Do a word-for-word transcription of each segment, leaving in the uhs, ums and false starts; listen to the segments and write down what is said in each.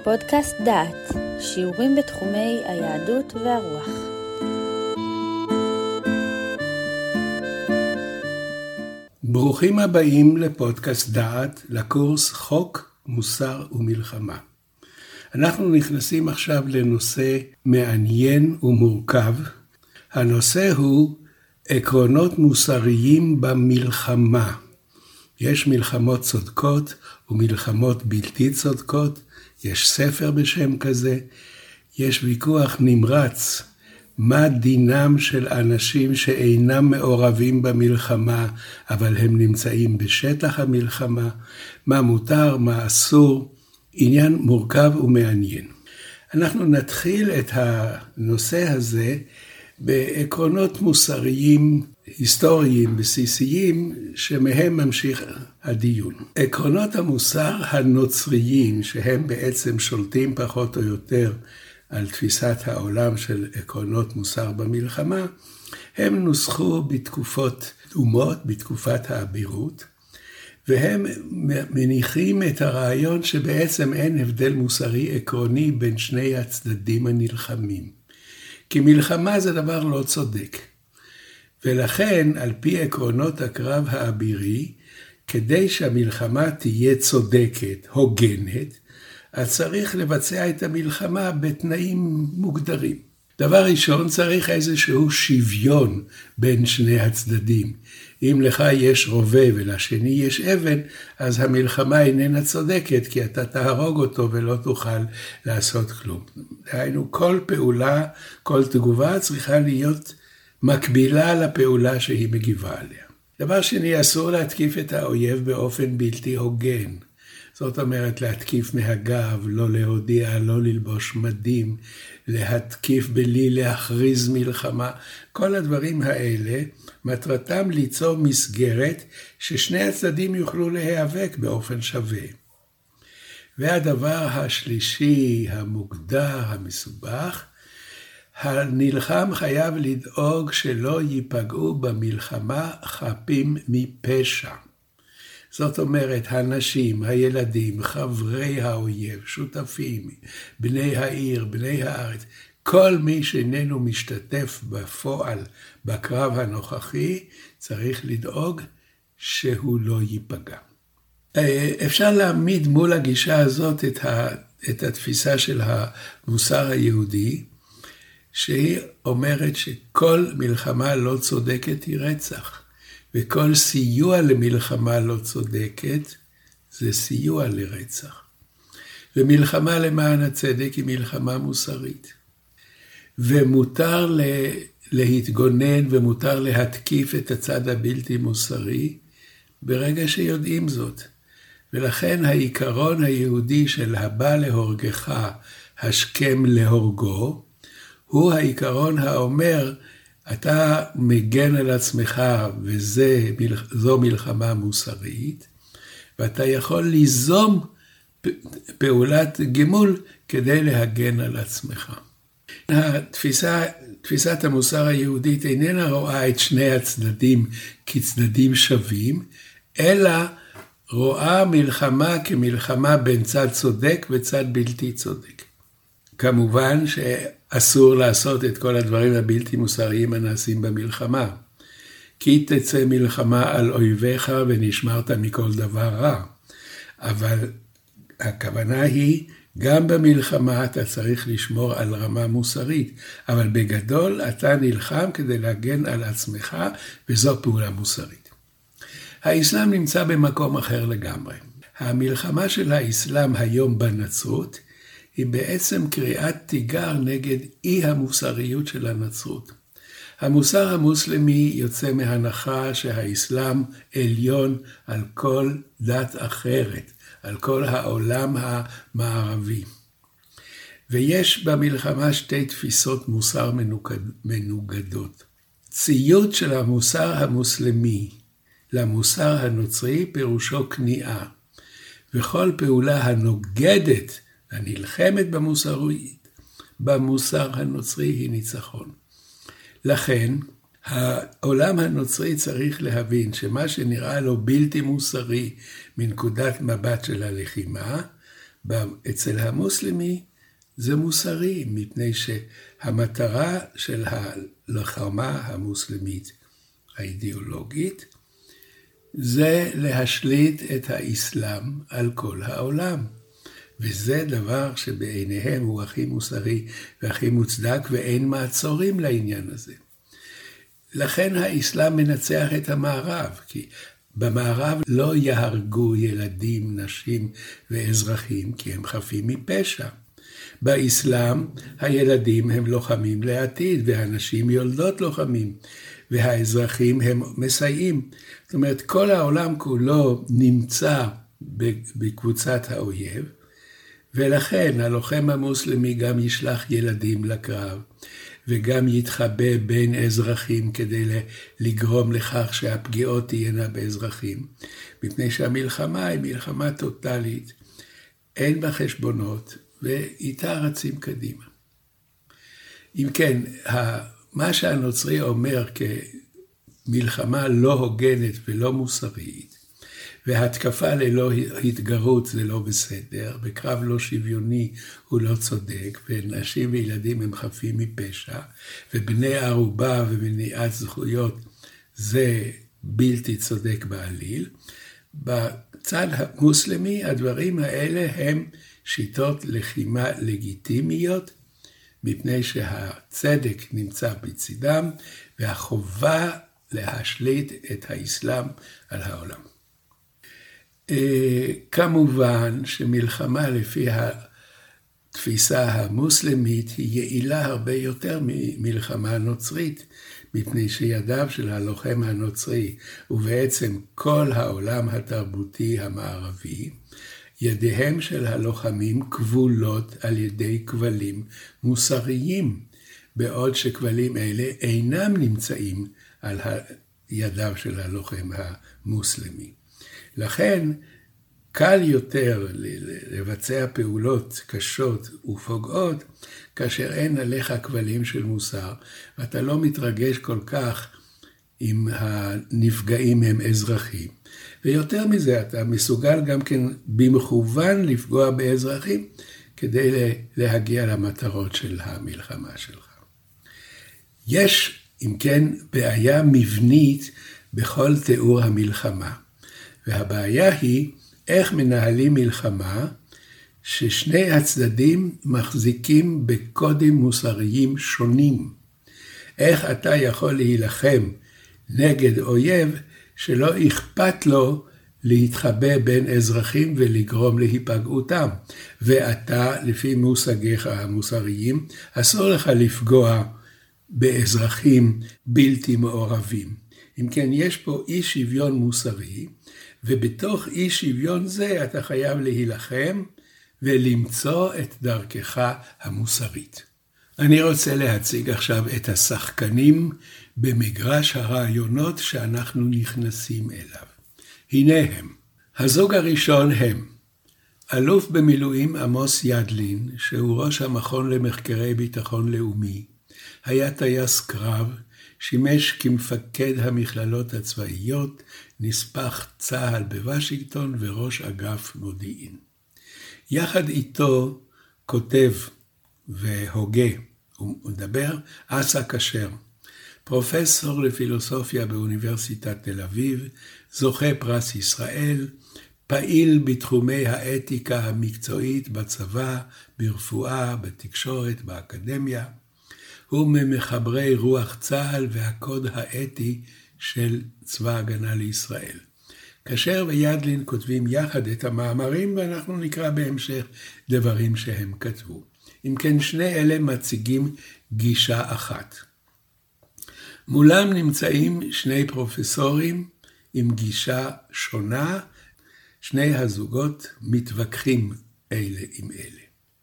פודקאסט דעת, שיעורים בתחומי היהדות והרוח. ברוכים הבאים לפודקאסט דעת, לקורס חוק, מוסר ומלחמה. אנחנו נכנסים עכשיו לנושא מעניין ומורכב. הנושא הוא עקרונות מוסריים במלחמה. יש מלחמות צודקות ומלחמות בלתי צודקות, יש ספר בשם כזה, יש ויכוח נמרץ, מה דינם של אנשים שאינם מעורבים במלחמה, אבל הם נמצאים בשטח המלחמה, מה מותר, מה אסור, עניין מורכב ומעניין. אנחנו נתחיל את הנושא הזה בעקרונות מוסריים, היסטוריים, בסיסיים, שמהם ממשיך הדיון. עקרונות המוסר הנוצריים, שהם בעצם שולטים פחות או יותר על תפיסת העולם של עקרונות מוסר במלחמה, הם נוסחו בתקופות דומות, בתקופת האבירות, והם מניחים את הרעיון שבעצם אין הבדל מוסרי עקרוני בין שני הצדדים הנלחמים. כי מלחמה זה דבר לא צודק. ולכן, על פי עקרונות הקרב האבירי, כדי שהמלחמה תהיה צודקת, הוגנת, אז צריך לבצע את המלחמה בתנאים מוגדרים. דבר ראשון, צריך איזשהו שוויון בין שני הצדדים. אם לך יש רובה ולשני יש אבן, אז המלחמה איננה צודקת, כי אתה תהרוג אותו ולא תוכל לעשות כלום. דהיינו, כל פעולה, כל תגובה צריכה להיות מקבילה לפעולה שהיא מגיבה עליה. דבר שני, אסור להתקיף את האויב באופן בלתי הוגן. זאת אומרת, להתקיף מהגב, לא להודיע, לא ללבוש מדים, להתקיף בלי להכריז מלחמה. כל הדברים האלה, מטרתם ליצור מסגרת ששני הצדדים יוכלו להיאבק באופן שווה. והדבר השלישי, המוגדר, המסובך, הנלחם חייב לדאוג שלא ייפגעו במלחמה חפים מפשע. זאת אומרת, הנשים, הילדים, חברי האויב, שותפים, בני העיר, בני הארץ, כל מי שאיננו משתתף בפועל בקרב הנוכחי, צריך לדאוג שהוא לא ייפגע. אפשר להעמיד מול הגישה הזאת את, ה, את התפיסה של המוסר היהודי, שהיא אומרת שכל מלחמה לא צודקת היא רצח, וכל סיוע למלחמה לא צודקת זה סיוע לרצח. ומלחמה למען הצדק היא מלחמה מוסרית. ומותר לה, להתגונן ומותר להתקיף את הצד הבלתי מוסרי ברגע שיודעים זאת. ולכן העיקרון היהודי של הבא להורגך השכם להורגו, הוא העיקרון האומר, אתה מגן על עצמך וזו מלחמה מוסרית, ואתה יכול ליזום פעולת גימול כדי להגן על עצמך. התפיסה, תפיסת המוסר היהודית איננה רואה את שני הצדדים כצדדים שווים, אלא רואה מלחמה כמלחמה בין צד צודק וצד בלתי צודק. כמובן שאסור לעשות את כל הדברים הבלתי מוסריים הנעשים במלחמה. כי תצא מלחמה על אויביך ונשמרת מכל דבר רע. אבל הכוונה היא, גם במלחמה אתה צריך לשמור על רמה מוסרית. אבל בגדול אתה נלחם כדי להגן על עצמך, וזו פעולה מוסרית. האסלאם נמצא במקום אחר לגמרי. המלחמה של האסלאם היום בנצרות, היא בעצם קריאת תיגר נגד אי המוסריות של הנצרות. המוסר המוסלמי יוצא מהנחה שהאסלאם עליון על כל דת אחרת, על כל העולם המערבי. ויש במלחמה שתי תפיסות מוסר מנוגדות. ציות של המוסר המוסלמי למוסר הנוצרי פירושו כניעה, וכל פעולה הנוגדת הנלחמת במוסרית, במוסר הנוצרי היא ניצחון. לכן, העולם הנוצרי צריך להבין שמה שנראה לו בלתי מוסרי מנקודת מבט של הלחימה, אצל המוסלמי זה מוסרי, מפני שהמטרה של הלוחמה המוסלמית האידיאולוגית זה להשליט את האסלאם על כל העולם. וזה דבר שבעיניהם הוא הכי מוסרי והכי מוצדק, ואין מעצורים לעניין הזה. לכן האסלאם מנצח את המערב, כי במערב לא יהרגו ילדים, נשים ואזרחים, כי הם חפים מפשע. באסלאם הילדים הם לוחמים לעתיד, והנשים יולדות לוחמים, והאזרחים הם מסייעים. זאת אומרת, כל העולם כולו נמצא בקבוצת האויב, ולכן הלוחם המוסלמי גם ישלח ילדים לקרב, וגם יתחבא בין אזרחים כדי לגרום לכך שהפגיעות תהיינה באזרחים, מפני שהמלחמה היא מלחמה טוטלית, אין בה חשבונות, ואיתה רצים קדימה. אם כן, מה שהנוצרי אומר כמלחמה לא הוגנת ולא מוסרית, והתקפה ללא התגרות זה לא בסדר, בקרב לא שוויוני הוא לא צודק, ונשים וילדים הם חפים מפשע, ובני ערובה ומניעת זכויות זה בלתי צודק בעליל. בצד המוסלמי הדברים האלה הם שיטות לחימה לגיטימיות, מפני שהצדק נמצא בצדם, והחובה להשליט את האסלאם על העולם. כמובן שמלחמה לפי התפיסה המוסלמית היא יעילה הרבה יותר ממלחמה נוצרית, מפני שידיו של הלוחם הנוצרי, ובעצם כל העולם התרבותי המערבי, ידיהם של הלוחמים כבולות על ידי כבלים מוסריים, בעוד שכבלים אלה אינם נמצאים על ידיו של הלוחם המוסלמי. לכן קל יותר לבצע פעולות קשות ופוגעות, כאשר אין עליך כבלים של מוסר, ואתה לא מתרגש כל כך אם הנפגעים הם אזרחים. ויותר מזה, אתה מסוגל גם כן במכוון לפגוע באזרחים, כדי להגיע למטרות של המלחמה שלך. יש, אם כן, בעיה מבנית בכל תיאור המלחמה. והבעיה היא איך מנהלים מלחמה ששני הצדדים מחזיקים בקודים מוסריים שונים. איך אתה יכול להילחם נגד אויב שלא אכפת לו להתחבא בין אזרחים ולגרום להיפגעותם. ואתה, לפי מושגיך המוסריים, אסור לך לפגוע באזרחים בלתי מעורבים. אם כן, יש פה אי שוויון מוסרי, ובתוך אי שוויון זה אתה חייב להילחם ולמצוא את דרכך המוסרית. אני רוצה להציג עכשיו את השחקנים במגרש הרעיונות שאנחנו נכנסים אליו. הנה הם. הזוג הראשון הם אלוף במילואים עמוס ידלין, שהוא ראש המכון למחקרי ביטחון לאומי, היה טייס קרב, שימש כמפקד המכללות הצבאיות, נספח צה"ל בוושינגטון וראש אגף מודיעין. יחד איתו כותב והוגה ומדבר אסא כשר, פרופסור לפילוסופיה באוניברסיטת תל אביב, זוכה פרס ישראל, פעיל בתחומי האתיקה המקצועית בצבא, ברפואה, בתקשורת, באקדמיה. הוא ממחברי רוח צה"ל והקוד האתי של צבא הגנה לישראל. כשר וידלין כותבים יחד את המאמרים, ואנחנו נקרא בהמשך דברים שהם כתבו. אם כן, שני אלה מציגים גישה אחת. מולם נמצאים שני פרופסורים עם גישה שונה, שני הזוגות מתווכחים אלה עם אלה.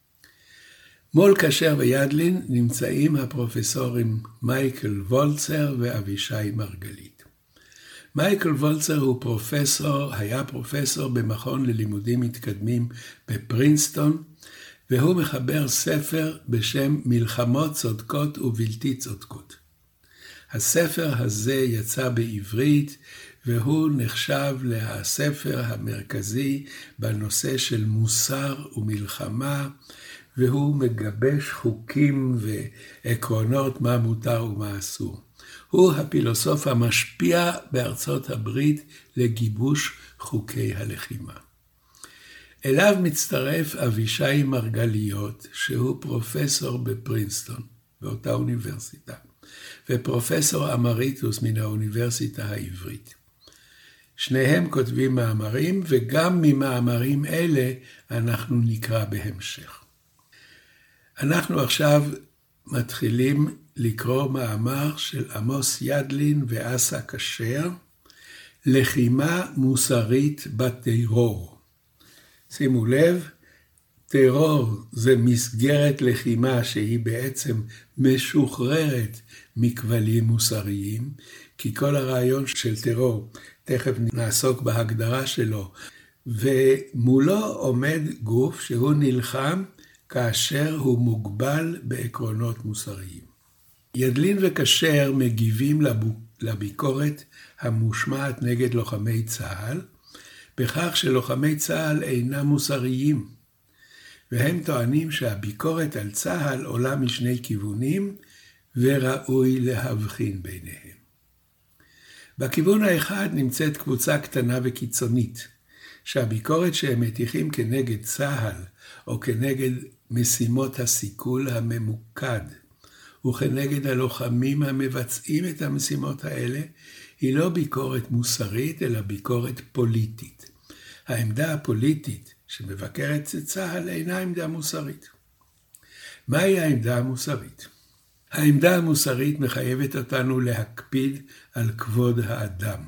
מול כשר וידלין נמצאים הפרופסורים מייקל וולצר ואבישי מרגלית. מייקל וולצר הוא פרופסור, היה פרופסור במכון ללימודים מתקדמים בפרינסטון, והוא מחבר ספר בשם מלחמות צודקות ובלתי צודקות. הספר הזה יצא בעברית והוא נחשב לספר המרכזי בנושא של מוסר ומלחמה, והוא מגבש חוקים ועקרונות מה מותר ומה אסור. הוא הפילוסוף המשפיע בארצות הברית לגיבוש חוקי הלחימה. אליו מצטרף אבישי מרגליות, שהוא פרופסור בפרינסטון, באותה אוניברסיטה, ופרופסור אמריטוס מן האוניברסיטה העברית. שניהם כותבים מאמרים, וגם ממאמרים אלה אנחנו נקרא בהמשך. אנחנו עכשיו מתחילים לקרוא מאמר של עמוס ידלין ואסא כשר, לחימה מוסרית בטרור. שימו לב, טרור זה מסגרת לחימה שהיא בעצם משוחררת מכבלים מוסריים, כי כל הרעיון של טרור, תכף נעסוק בהגדרה שלו, ומולו עומד גוף שהוא נלחם כאשר הוא מוגבל בעקרונות מוסריים. ידלין וכשר מגיבים לביקורת המושמעת נגד לוחמי צה"ל, בכך שלוחמי צה"ל אינם מוסריים, והם טוענים שהביקורת על צה"ל עולה משני כיוונים, וראוי להבחין ביניהם. בכיוון האחד נמצאת קבוצה קטנה וקיצונית, שהביקורת שהם מטיחים כנגד צה"ל, או כנגד משימות הסיכול הממוקד, וכנגד הלוחמים המבצעים את המשימות האלה, היא לא ביקורת מוסרית, אלא ביקורת פוליטית. העמדה הפוליטית שמבקרת את צה"ל אינה עמדה מוסרית. מהי העמדה המוסרית? העמדה המוסרית מחייבת אותנו להקפיד על כבוד האדם.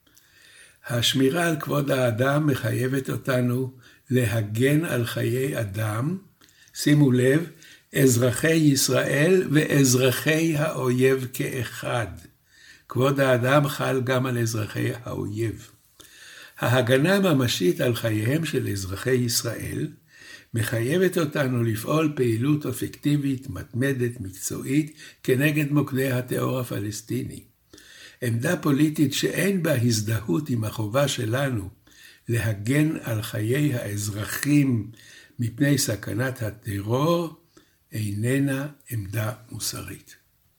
השמירה על כבוד האדם מחייבת אותנו להגן על חיי אדם, שימו לב, אזרחי ישראל ואזרחי האויב כאחד. כבוד האדם חל גם על אזרחי האויב. ההגנה הממשית על חייהם של אזרחי ישראל מחייבת אותנו לפעול פעילות אפקטיבית, מתמדת, מקצועית, כנגד מוקדי הטרור הפלסטיני. עמדה פוליטית שאין בה הזדהות עם החובה שלנו להגן על חיי האזרחים מפני סכנת הטרור, איננה עמדה מוסרית.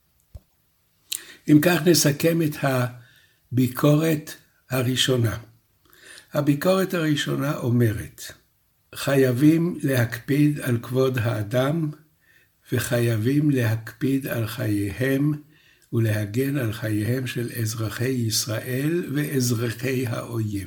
אם כך נסכם את הביקורת הראשונה. הביקורת הראשונה אומרת, חייבים להקפיד על כבוד האדם, וחייבים להקפיד על חייהם ולהגן על חייהם של אזרחי ישראל ואזרחי האויב.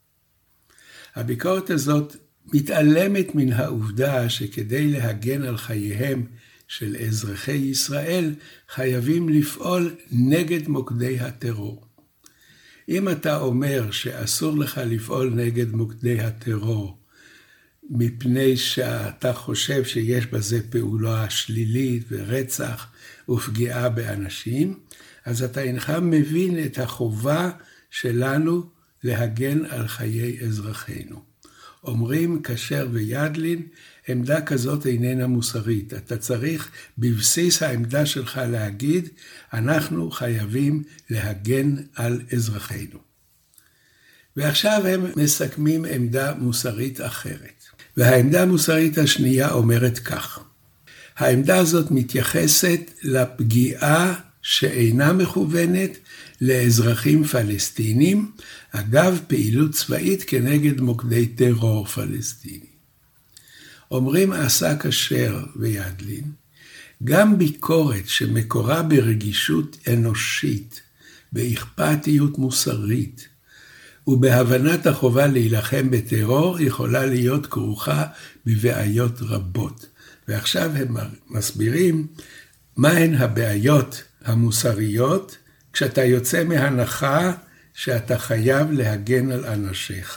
הביקורת הזאת מתעלמת מן העובדה שכדי להגן על חייהם של אזרחי ישראל, חייבים לפעול נגד מוקדי הטרור. אם אתה אומר שאסור לך לפעול נגד מוקדי הטרור, מפני שאתה חושב שיש בזה פעולה שלילית ורצח ופגיעה באנשים, אז אתה אינך מבין את החובה שלנו להגן על חיי אזרחינו. אומרים כשר וידלין, עמדה כזאת איננה מוסרית. אתה צריך בבסיס העמדה שלך להגיד, אנחנו חייבים להגן על אזרחינו. ועכשיו הם מסכמים עמדה מוסרית אחרת. והעמדה המוסרית השנייה אומרת כך, העמדה הזאת מתייחסת לפגיעה שאינה מכוונת לאזרחים פלסטינים, אגב פעילות צבאית כנגד מוקדי טרור פלסטיני. אומרים אסא כשר וידלין, גם ביקורת שמקורה ברגישות אנושית, באכפתיות מוסרית, ובהבנת החובה להילחם בטרור, יכולה להיות כרוכה בבעיות רבות. ועכשיו הם מסבירים מהן הבעיות המוסריות, כשאתה יוצא מהנחה שאתה חייב להגן על אנשיך,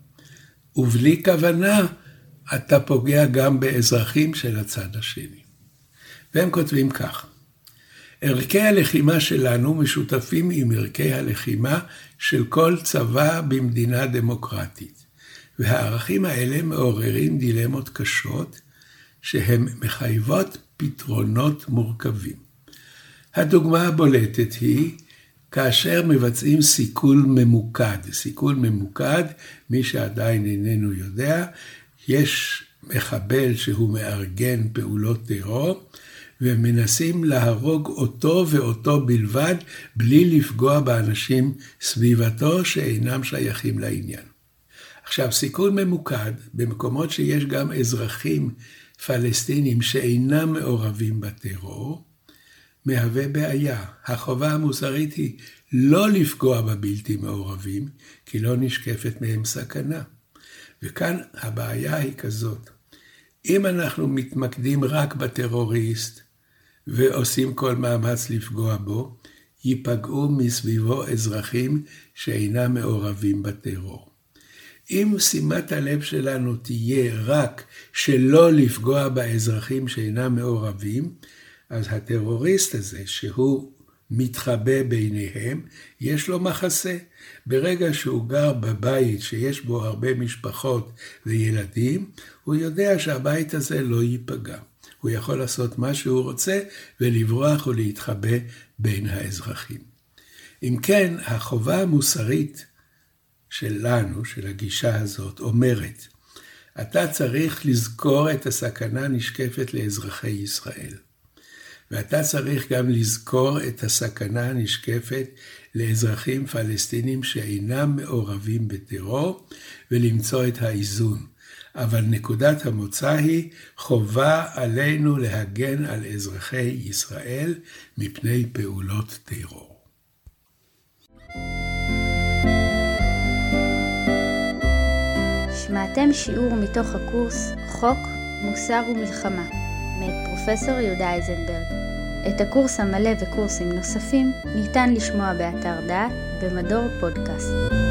ובלי כוונה אתה פוגע גם באזרחים של הצד השני. והם כותבים כך, ערכי הלחימה שלנו משותפים עם ערכי הלחימה של כל צבא במדינה דמוקרטית, והערכים האלה מעוררים דילמות קשות, שהן מחייבות פתרונות מורכבים. הדוגמה הבולטת היא כאשר מבצעים סיכול ממוקד. סיכול ממוקד, מי שעדיין איננו יודע, יש מחבל שהוא מארגן פעולות טרור, ומנסים להרוג אותו ואותו בלבד, בלי לפגוע באנשים סביבתו שאינם שייכים לעניין. עכשיו, סיכול ממוקד, במקומות שיש גם אזרחים פלסטינים שאינם מעורבים בטרור, מהווה בעיה. החובה המוסרית היא לא לפגוע בבלתי מעורבים, כי לא נשקפת מהם סכנה. וכאן הבעיה היא כזאת. אם אנחנו מתמקדים רק בטרוריסט, ועושים כל מאמץ לפגוע בו, ייפגעו מסביבו אזרחים שאינם מעורבים בטרור. אם שימת הלב שלנו תהיה רק שלא לפגוע באזרחים שאינם מעורבים, אז הטרוריסט הזה שהוא מתחבא ביניהם, יש לו מחסה. ברגע שהוא גר בבית שיש בו הרבה משפחות וילדים, הוא יודע שהבית הזה לא ייפגע. הוא יכול לעשות מה שהוא רוצה ולברוח ולהתחבא בין האזרחים. אם כן, החובה המוסרית שלנו, של הגישה הזאת, אומרת, אתה צריך לזכור את הסכנה נשקפת לאזרחי ישראל. ואתה צריך גם לזכור את הסכנה הנשקפת לאזרחים פלסטינים שאינם מעורבים בטרור, ולמצוא את האיזון. אבל נקודת המוצא היא חובה עלינו להגן על אזרחי ישראל מפני פעולות טרור. שמעתם שיעור מתוך הקורס חוק, מוסר ומלחמה, מאת פרופסור יהודה אייזנברג. את הקורס המלא וקורסים נוספים ניתן לשמוע באתר דעת במדור פודקאסט.